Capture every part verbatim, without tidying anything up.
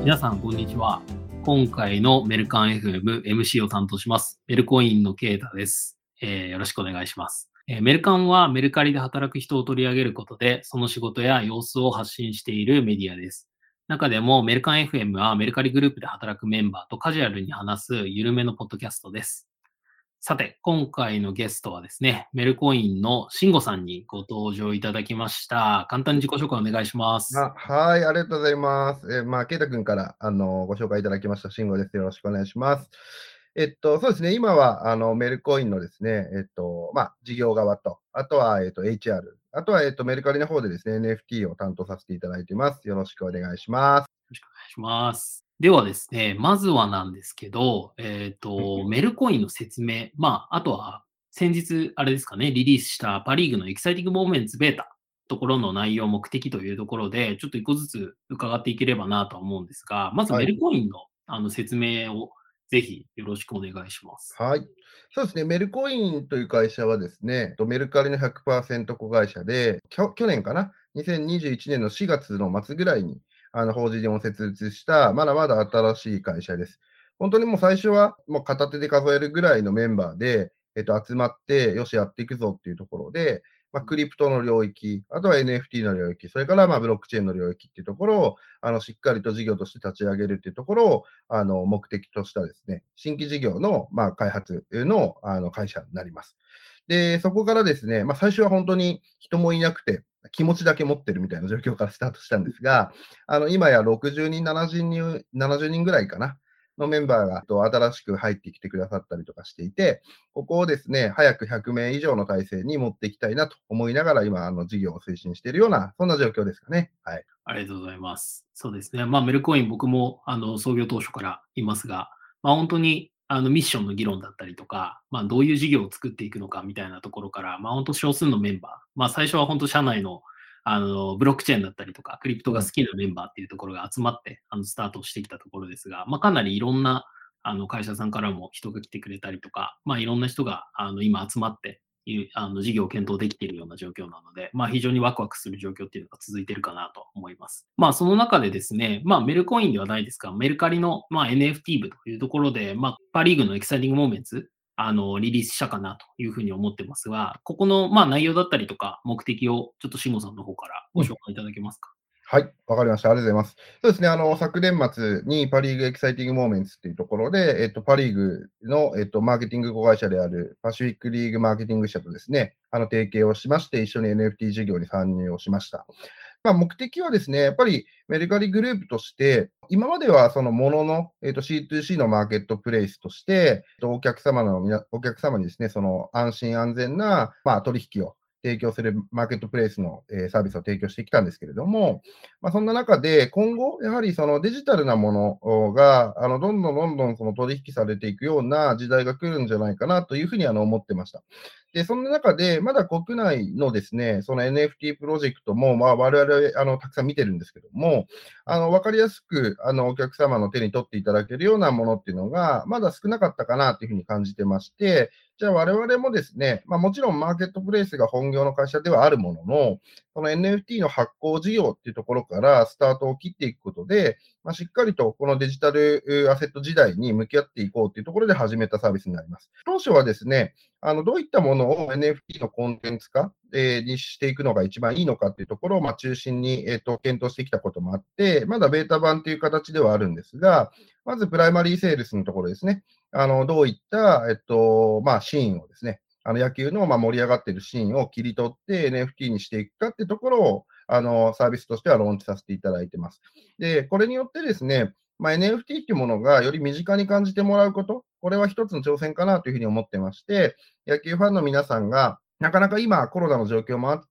皆さん、こんにちは。今回のメルカン エフエム エムシー を担当します。メルコインのケイタです、えー。よろしくお願いします、えー。メルカンはメルカリで働く人を取り上げることで、その仕事や様子を発信しているメディアです。中でもメルカン エフエム はメルカリグループで働くメンバーとカジュアルに話す緩めのポッドキャストです。さて、今回のゲストはですね、メルコインの慎吾さんにご登場いただきました。簡単に自己紹介お願いします。 あ、はい、ありがとうございます。えー、まあ、ケイタ君から、あの、ご紹介いただきました、慎吾です。よろしくお願いします。えっと、そうですね、今は、あの、メルコインのですね、えっと、まあ、事業側と、あとは、えっと、エイチアール、あとは、えっと、メルカリの方でですね、エヌエフティー を担当させていただいています。よろしくお願いします。よろしくお願いします。ではですね、まずはなんですけど、えっ、と、メルコインの説明、まあ、あとは、先日、あれですかね、リリースしたパリーグのエキサイティングモーメンツベータところの内容、目的というところで、ちょっと一個ずつ伺っていければなと思うんですが、まずはい。 メルコインのあの説明をぜひよろしくお願いします。 はい。そうですね、メルコインという会社はですね、とメルカリのひゃくパーセント子会社で、きょ去年かな、にせんにじゅういちねんのしがつの末ぐらいに、あの、法人を設立した、まだまだ新しい会社です。本当にもう最初は、もう片手で数えるぐらいのメンバーで、えっと、集まって、よし、やっていくぞっていうところで、まあ、クリプトの領域、あとは エヌエフティー の領域、それからまあブロックチェーンの領域っていうところを、あの、しっかりと事業として立ち上げるっていうところを、あの、目的としたですね、新規事業の、まあ、開発の、あの、会社になります。で、そこからですね、まあ、最初は本当に人もいなくて、気持ちだけ持ってるみたいな状況からスタートしたんですが、あの、今やろくじゅうにん、ななじゅうにん、ななじゅうにんぐらいかな、のメンバーがと新しく入ってきてくださったりとかしていて、ここをですね、早くひゃくめい以上の体制に持っていきたいなと思いながら、今、あの、事業を推進しているような、そんな状況ですかね。はい。 ありがとうございます。そうですね。まあ、メルコイン僕もあの創業当初からいますが、まあ、本当にあのミッションの議論だったりとか、まあ、どういう事業を作っていくのかみたいなところから、まあ、本当少数のメンバー、まあ、最初は本当社内のあのブロックチェーンだったりとか、クリプトうん。 が好きなメンバーっていうところが集まってあのスタートしてきたところですが、まあ、かなりいろんなあの会社さんからも人が来てくれたりとか、まあ、いろんな人があの今集まっていうあの事業を検討できているような状況なので、まあ、非常にワクワクする状況っていうのが続いているかなと思います。まあ、その中でですね、まあ、メルコインではないですが、メルカリの、まあ、エヌエフティー 部というところで、まあ、パリーグのエキサイティングモーメンツ、あの、リリースしたかなというふうに思ってますが、ここの、まあ、内容だったりとか、目的をちょっと慎吾さんの方からごうん。 紹介いただけますか。 はい、わかりました。ありがとうございます。そうですね、あの、昨年末にパ・リーグエキサイティング・モーメンツっていうところで、えっと、パ・リーグの、えっと、マーケティング子会社であるパシフィックリーグマーケティング社とですね、あの、提携をしまして、一緒に エヌエフティー 事業に参入をしました。まあ、目的はですね、やっぱりメルカリグループとして、今まではそのものの、えっと、シーツーシー のマーケットプレイスとして、えっとお客様のみな、お客様にですね、その安心安全な、まあ、取引を提供するマーケットプレイスの、えーサービスを提供してきたんですけれども、まあ、そんな中で今後、やはりそのデジタルなものが、あの、どんどんどんどんその取引されていくような時代が来るんじゃないかなというふうにあの思ってました。で、そんな中で、まだ国内のですね、その エヌエフティー プロジェクトも、まあ、我々、あの、たくさん見てるんですけども、あの、わかりやすく、あの、お客様の手に取っていただけるようなものっていうのが、まだ少なかったかなというふうに感じてまして、じゃあ我々もですね、まあ、もちろんマーケットプレイスが本業の会社ではあるものの、この エヌエフティー の発行事業っていうところからスタートを切っていくことで、まあ、しっかりとこのデジタルうアセット時代に向き合っていこうというところで始めたサービスになります。当初はですね、あのどういったものを エヌエフティー のコンテンツ化、えーにしていくのが一番いいのかっていうところを、まあ、中心に、えーと検討してきたこともあって、まだベータ版という形ではあるんですが、まずプライマリーセールスのところですね、あのどういった、えっとまあ、シーンをですね、あの野球のまあ盛り上がっているシーンを切り取って エヌエフティー にしていくかっていうところをあのサービスとしてはローンチさせていただいてます。で、これによってですね、まあ、エヌエフティー っていうものがより身近に感じてもらうこと、これは一つの挑戦かなというふうに思ってまして、野球ファンの皆さんが、なかなか今、コロナの状況もあって、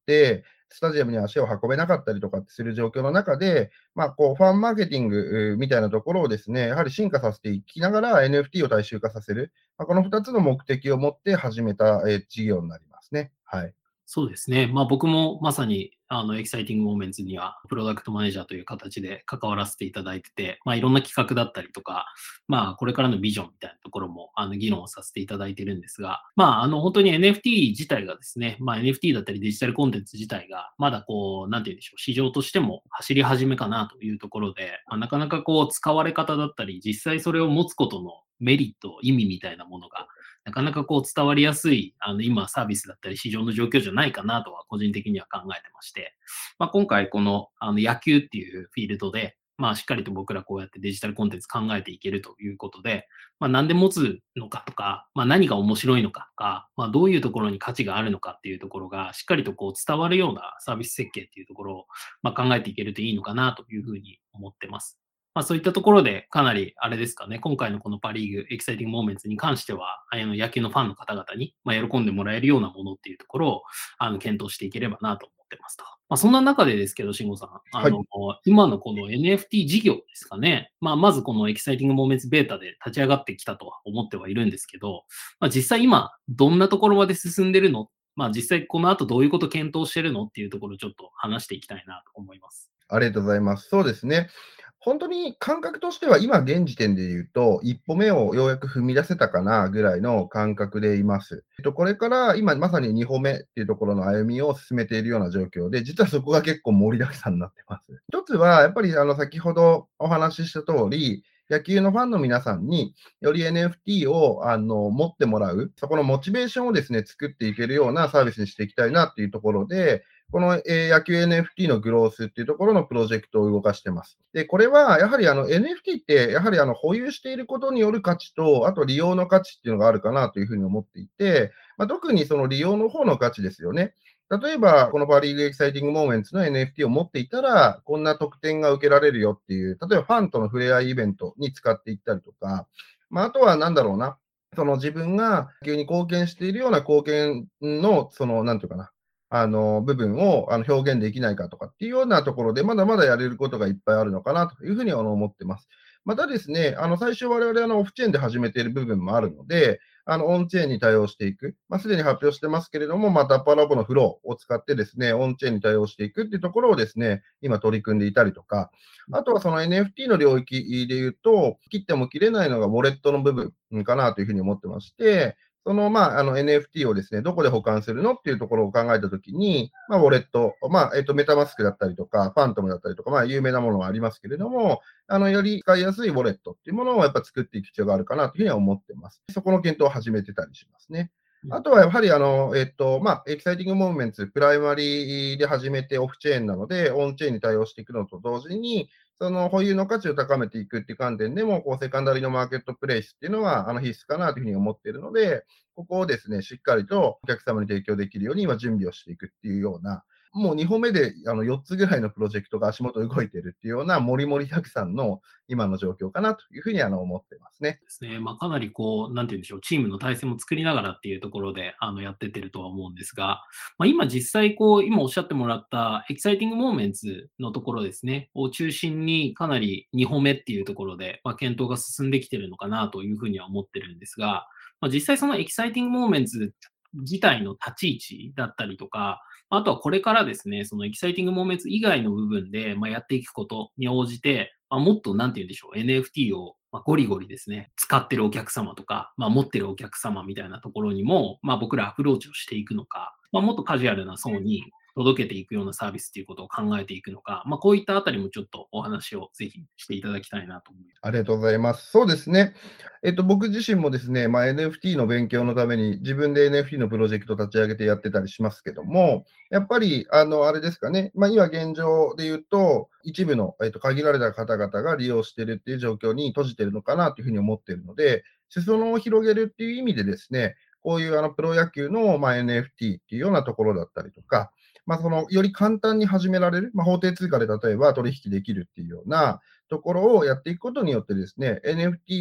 スタジアムに足を運べなかったりとかする状況の中で、まあ、こうファンマーケティングみたいなところをですね、やはり進化させていきながら エヌエフティー を大衆化させる、まあ、このふたつの目的を持って始めた、えー事業になりますね。はい。 そうですね。まあ、僕もまさに、あの、エキサイティングモーメンツには、プロダクトマネージャーという形で関わらせていただいてて、まあ、いろんな企画だったりとか、まあ、これからのビジョンみたいなところも、あの、議論をさせていただいてるんですが、まあ、あの、本当に エヌエフティー 自体がですね、まあ、エヌエフティー だったりデジタルコンテンツ自体が、まだこう、なんて言うんでしょう、市場としても走り始めかなというところで、まあ、なかなかこう、使われ方だったり、実際それを持つことのメリット、意味みたいなものが、なかなかこう伝わりやすい、あの、今サービスだったり市場の状況じゃないかなとは個人的には考えてまして、まあ、今回この、あの、野球っていうフィールドで、まあ、しっかりと僕らこうやってデジタルコンテンツ考えていけるということで、まあ、なんで持つのかとか、まあ、何が面白いのかとか、まあ、どういうところに価値があるのかっていうところが、しっかりとこう伝わるようなサービス設計っていうところを、まあ、考えていけるといいのかなというふうに思ってます。まあ、そういったところで、かなりあれですかね、今回のこのパ・リーグエキサイティングモーメンツに関しては、あの野球のファンの方々に、まあ、喜んでもらえるようなものっていうところをあの検討していければなと思ってますと。まあ、そんな中でですけど、慎吾さん、あはい。 の今のこの エヌエフティー 事業ですかね、まあ、まずこのエキサイティングモーメンツベータで立ち上がってきたとは思ってはいるんですけど、まあ、実際今、どんなところまで進んでるの、まあ、実際この後どういうことを検討してるのっていうところをちょっと話していきたいなと思います。 ありがとうございます。そうですね。本当に感覚としては、今現時点で言うと、一歩目をようやく踏み出せたかなぐらいの感覚でいます。えっと、これから今まさにに歩目っていうところの歩みを進めているような状況で、実はそこが結構盛りだくさんになってます。一つはやっぱりあの先ほどお話しした通り、野球のファンの皆さんにより エヌエフティー をあの持ってもらう、そこのモチベーションをですね、作っていけるようなサービスにしていきたいなっていうところで、この、えー野球 エヌエフティー のグロースっていうところのプロジェクトを動かしてます。で、これはやはりあの エヌエフティー って、やはりあの保有していることによる価値と、あと利用の価値っていうのがあるかなというふうに思っていて、まあ、特にその利用の方の価値ですよね。例えば、このパ・リーグエキサイティングモーメンツの エヌエフティー を持っていたら、こんな特典が受けられるよっていう、例えばファンとの触れ合いイベントに使っていったりとか、まあ、あとはなんだろうな、その自分が野球に貢献しているような貢献の、その、なんていうかな、あの、部分をあの表現できないかとかっていうようなところで、まだまだやれることがいっぱいあるのかなというふうには思ってます。またですね、あの、最初我々あのオフチェーンで始めている部分もあるので、あの、オンチェーンに対応していく。まあ、すでに発表してますけれども、まあ、ダッパーラボのフローを使ってですね、オンチェーンに対応していくっていうところをですね、今取り組んでいたりとか、あとはその エヌエフティー の領域で言うと、切っても切れないのがウォレットの部分かなというふうに思ってまして、その、まあ、あの エヌエフティー をですね、どこで保管するのっていうところを考えたときに、まあ、ウォレット、まあ、えっと、メタマスクだったりとか、ファントムだったりとか、まあ、有名なものはありますけれども、あの、より使いやすいウォレットっていうものをやっぱ作っていく必要があるかなというふうには思ってます。そこの検討を始めてたりしますね。あとはやはり、あの、えっと、まあ、エキサイティングモーメンツ、プライマリーで始めてオフチェーンなので、オンチェーンに対応していくのと同時に、その保有の価値を高めていくっていう観点でも、こう、セカンダリのマーケットプレイスっていうのは、あの、必須かなというふうに思っているので、ここをですね、しっかりとお客様に提供できるように今準備をしていくっていうような、もうに歩目であのよっつぐらいのプロジェクトが足元動いているっていうような、もりもりたくさんの今の状況かなというふうにあの思ってますね。 ですね。まあ、かなりこう、なんて言うんでしょう、チームの体制も作りながらっていうところで、あの、やってってるとは思うんですが、まあ、今実際こう、今おっしゃってもらったエキサイティングモーメンツのところですね、を中心にかなりに歩目っていうところで、まあ、検討が進んできてるのかなというふうには思ってるんですが、まあ、実際そのエキサイティングモーメンツ自体の立ち位置だったりとか、あとはこれからですね、そのエキサイティングモーメンツ以外の部分で、まあ、やっていくことに応じて、まあ、もっとなんて言うんでしょう、エヌエフティー を、まあ、ゴリゴリですね、使ってるお客様とか、まあ、持ってるお客様みたいなところにも、まあ、僕らアプローチをしていくのか、まあ、もっとカジュアルな層に届けていくようなサービスっていうことを考えていくのか、まあ、こういったあたりもちょっとお話をぜひしていただきたいなと思います。 ありがとうございます。そうですね。えっと、僕自身もですね、まあ、エヌエフティー の勉強のために、自分で エヌエフティー のプロジェクト立ち上げてやってたりしますけども、やっぱり、あの、あれですかね、まあ、今現状で言うと、一部の、えっと、限られた方々が利用しているっていう状況に閉じているのかなというふうに思っているので、裾野を広げるっていう意味でですね、こういうあのプロ野球の、まあ、エヌエフティー っていうようなところだったりとか、まあ、そのより簡単に始められる、まあ、法定通貨で例えば取引できるっていうようなところをやっていくことによってですね、エヌエフティー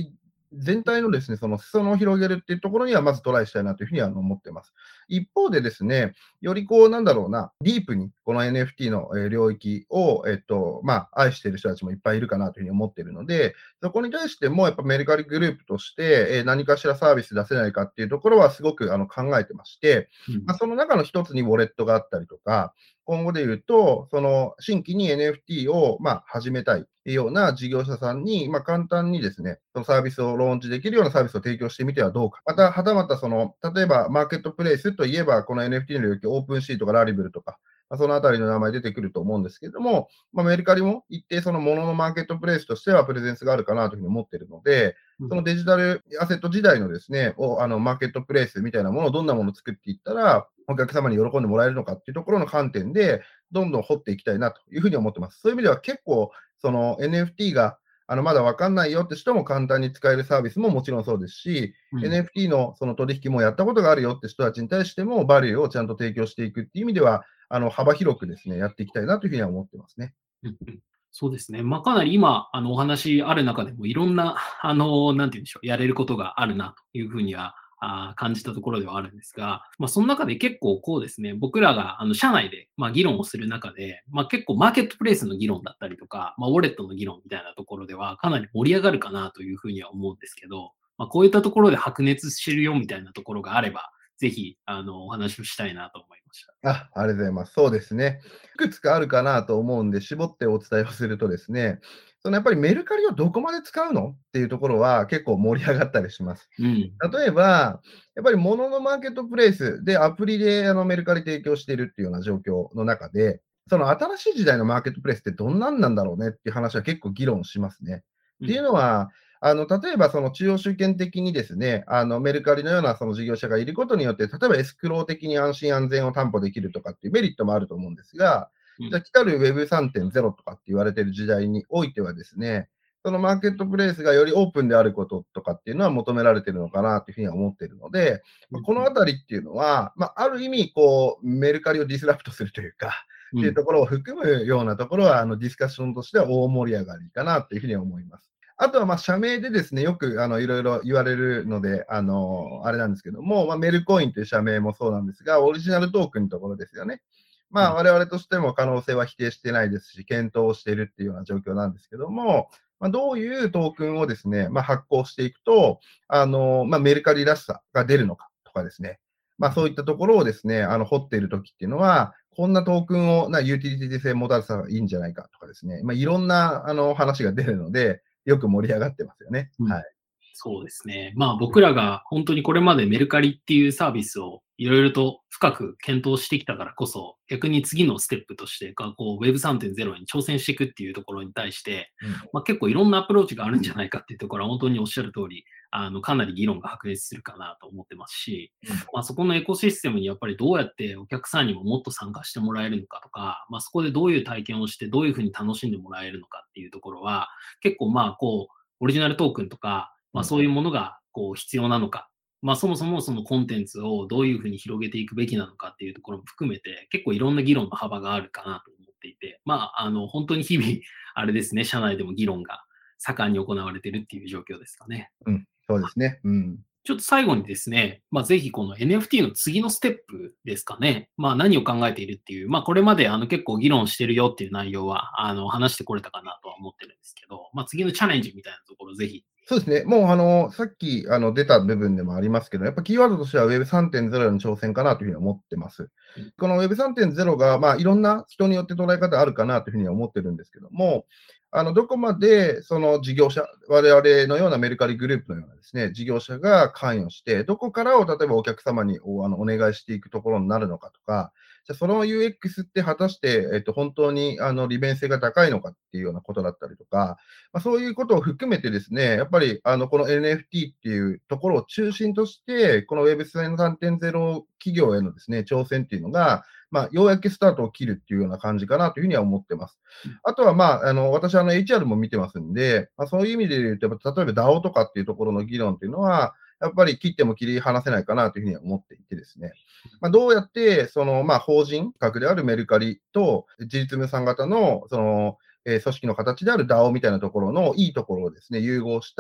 全体のですね、その裾野を広げるっていうところには、まずトライしたいなというふうにはあの思ってます。一方でですね、よりこう、なんだろうな、ディープにこの エヌエフティー の、え、領域を、えっと、まあ、愛している人たちもいっぱいいるかなというふうに思っているので、そこに対してもやっぱメルカリグループとして、え、何かしらサービス出せないかっていうところはすごくあの考えてまして、まあ、 うん。 その中の一つにウォレットがあったりとか、今後で言うと、その新規に エヌエフティー を、まあ、始めたいような事業者さんに、まあ、簡単にですね、そのサービスをローンチできるようなサービスを提供してみてはどうか。また、はたまたその、例えばマーケットプレイスといえば、この エヌエフティー の領域、オープンシーとかラリブルとか、まあ、そのあたりの名前出てくると思うんですけれども、まあ、メルカリも一定そのもののマーケットプレイスとしてはプレゼンスがあるかなというふうに思っているので、 うん。 そのデジタルアセット時代のですね、をあのマーケットプレイスみたいなものをどんなものを作っていったら、お客様に喜んでもらえるのかっていうところの観点で、どんどん掘っていきたいなというふうに思ってます。そういう意味では結構、その エヌエフティー があのまだわかんないよって人も簡単に使えるサービスももちろんそうですし、 うん。 エヌエフティー のその取引もやったことがあるよって人たちに対しても、バリューをちゃんと提供していくっていう意味では、あの幅広くですね、やっていきたいなというふうには思ってますね。 うんうん。そうですね。まあ、かなり今、あの、お話ある中でもいろんな、あの、なんて言うんでしょう、やれることがあるなというふうには、あー感じたところではあるんですが、まあ、その中で結構こうですね、僕らがあの社内で、まあ、議論をする中で、まあ、結構マーケットプレイスの議論だったりとか、まあ、ウォレットの議論みたいなところではかなり盛り上がるかなというふうには思うんですけど、まあ、こういったところで白熱してるよみたいなところがあれば、ぜひ、あの、お話をしたいなと思いました。 あ、ありがとうございます。そうですね。いくつかあるかなと思うんで、絞ってお伝えをするとですね、そのやっぱりメルカリをどこまで使うのっていうところは結構盛り上がったりします。 うん。 例えば、やっぱり物のマーケットプレイスでアプリであのメルカリ提供しているっていうような状況の中で、その新しい時代のマーケットプレイスってどんなんなんだろうねっていう話は結構議論しますね。っていううん。 のは、あの、例えばその中央集権的にですね、あの、メルカリのようなその事業者がいることによって、例えばエスクロー的に安心安全を担保できるとかっていうメリットもあると思うんですが、 うん。 じゃあ来たる ウェブさんてんゼロ とかって言われている時代においてはですね、そのマーケットプレイスがよりオープンであることとかっていうのは求められているのかなというふうには思っているので、まあ、このうん。 あたりっていうのは、まあ、ある意味、こう、メルカリをディスラプトするというか、っていううん。 ところを含むようなところは、あの、ディスカッションとしては大盛り上がりかなというふうに思います。あとは、ま、社名でですね、よく、あの、いろいろ言われるので、あの、あれなんですけども、まあ、メルコインという社名もそうなんですが、オリジナルトークンのところですよね。まあ、 うん。 我々としても可能性は否定してないですし、検討をしているっていうような状況なんですけども、まあ、どういうトークンをですね、まあ、発行していくと、あの、まあ、メルカリらしさが出るのかとかですね、まあ、そういったところをですね、あの、掘っているときっていうのは、こんなトークンをなユーティリティ性持たせたらいいんじゃないかとかですね、まあ、いろんなあの話が出るので、よく盛り上がってますよね。 うん。 はい。 そうですね。まあ僕らが本当にこれまでメルカリっていうサービスをいろいろと深く検討してきたからこそ、逆に次のステップとしてか、こう ウェブさんてんゼロ に挑戦していくっていうところに対して、 うん。 まあ、結構いろんなアプローチがあるんじゃないかっていうところは本当におっしゃる通り、あの、かなり議論が白熱するかなと思ってますし、 うん。 まあ、そこのエコシステムにやっぱりどうやってお客さんにももっと参加してもらえるのかとか、まあ、そこでどういう体験をしてどういうふうに楽しんでもらえるのかっていうところは、結構まあこう、オリジナルトークンとか、まあ、 うん。 そういうものがこう必要なのか、まあ、そもそもそのコンテンツをどういうふうに広げていくべきなのかっていうところも含めて、結構いろんな議論の幅があるかなと思っていて、まあ、あの、本当に日々、あれですね、社内でも議論が盛んに行われているっていう状況ですかね。 うん。そうですね。うん。 ちょっと最後にですね、まあ、ぜひこの エヌエフティー の次のステップですかね。まあ、何を考えているっていう、まあ、これまであの結構議論してるよっていう内容は、あの、話してこれたかなとは思ってるんですけど、まあ、次のチャレンジみたいなところぜひ。 そうですね。もうあの、さっきあの出た部分でもありますけど、やっぱキーワードとしては ウェブさんてんゼロ への挑戦かなというふうに思ってます。 うん。 この ウェブさんてんゼロ が、まあ、いろんな人によって捉え方あるかなというふうには思ってるんですけども、あの、どこまでその事業者、我々のようなメルカリグループのようなですね、事業者が関与して、どこからを例えばお客様におあのお願いしていくところになるのかとか、じゃあその ユーエックス って果たして、えっと、本当にあの利便性が高いのかっていうようなことだったりとか、まあ、そういうことを含めてですね、やっぱりあのこの エヌエフティー っていうところを中心として、この ウェブさんてんゼロ 企業へのですね、挑戦っていうのが、まあ、ようやくスタートを切るっていうような感じかなというふうには思ってます。あとは、まあ、あの私あの エイチアール も見てますんで、まあ、そういう意味で言うと、例えば ダオ とかっていうところの議論っていうのは、やっぱり切っても切り離せないかなというふうには思っていてですね。まあ、どうやって、その、まあ、法人格であるメルカリと、自立無産型の、その、えー組織の形である ダオ みたいなところのいいところをですね、融合した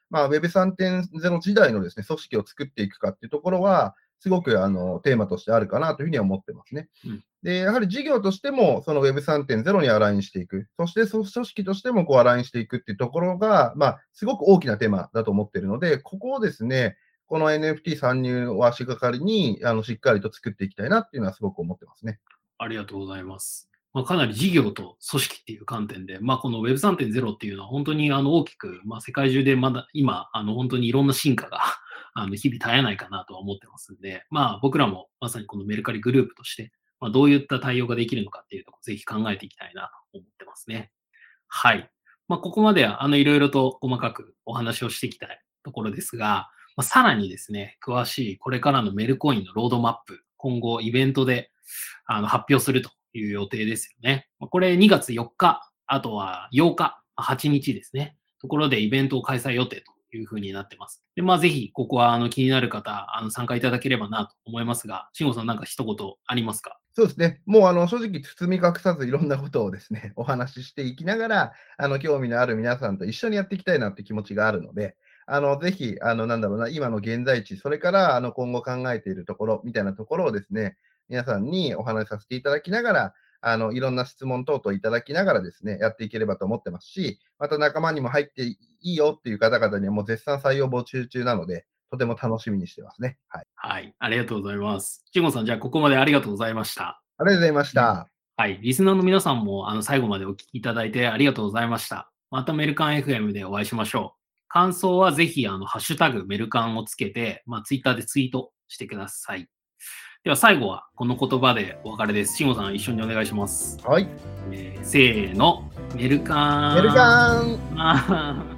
まあ、Web さんてんゼロ 時代のですね、組織を作っていくかっていうところは、すごくあのテーマとしてあるかなというふうには思ってますね。 うん。 で、やはり事業としても、その Web さんてんゼロ にアラインしていく。そして、そ組織としてもこうアラインしていくっていうところが、まあ、すごく大きなテーマだと思っているので、ここをですね、この エヌエフティー 参入を足がかりに、あの、しっかりと作っていきたいなっていうのはすごく思ってますね。 ありがとうございます。まあ、かなり事業と組織っていう観点で、まあ、この ウェブさんてんゼロ っていうのは本当にあの大きく、まあ、世界中でまだ今、あの本当にいろんな進化があの日々絶えないかなとは思ってますんで、まあ、僕らもまさにこのメルカリグループとして、まあ、どういった対応ができるのかっていうところ、ぜひ考えていきたいなと思ってますね。はい。まあ、ここまでは、あの、いろいろと細かくお話をしていきたいところですが、まあ、さらにですね、詳しいこれからのメルコインのロードマップ、今後イベントであの発表するという予定ですよね。まあこれにがつよっか、あとはようか、はちにちですね。ところでイベントを開催予定というふうになってます。で、まあ、ぜひ、ここはあの気になる方、あの参加いただければなと思いますが、慎吾さん、なんか一言ありますか？ そうですね。もうあの正直包み隠さずいろんなことをですね、お話ししていきながら、あの興味のある皆さんと一緒にやっていきたいなって気持ちがあるので、あのぜひ、あのなんだろうな、今の現在地、それからあの今後考えているところみたいなところをですね、皆さんにお話しさせていただきながら、あのいろんな質問等々いただきながらですね、やっていければと思ってますし、また仲間にも入っていいよっていう方々にはもう絶賛採用募集中なので、とても楽しみにしてますね。はい。 はい、ありがとうございます。慎吾さん、じゃあここまでありがとうございました。 ありがとうございましうん。 た。 はい、リスナーの皆さんもあの最後までお聞きいただいてありがとうございました。またメルカン エフエム でお会いしましょう。感想はぜひあのハッシュタグメルカンをつけて、まあ、ツイッターでツイートしてください。では最後はこの言葉でお別れです。慎吾さん一緒にお願いします。 はい。 えーせーの、メルカメルン。 カンあー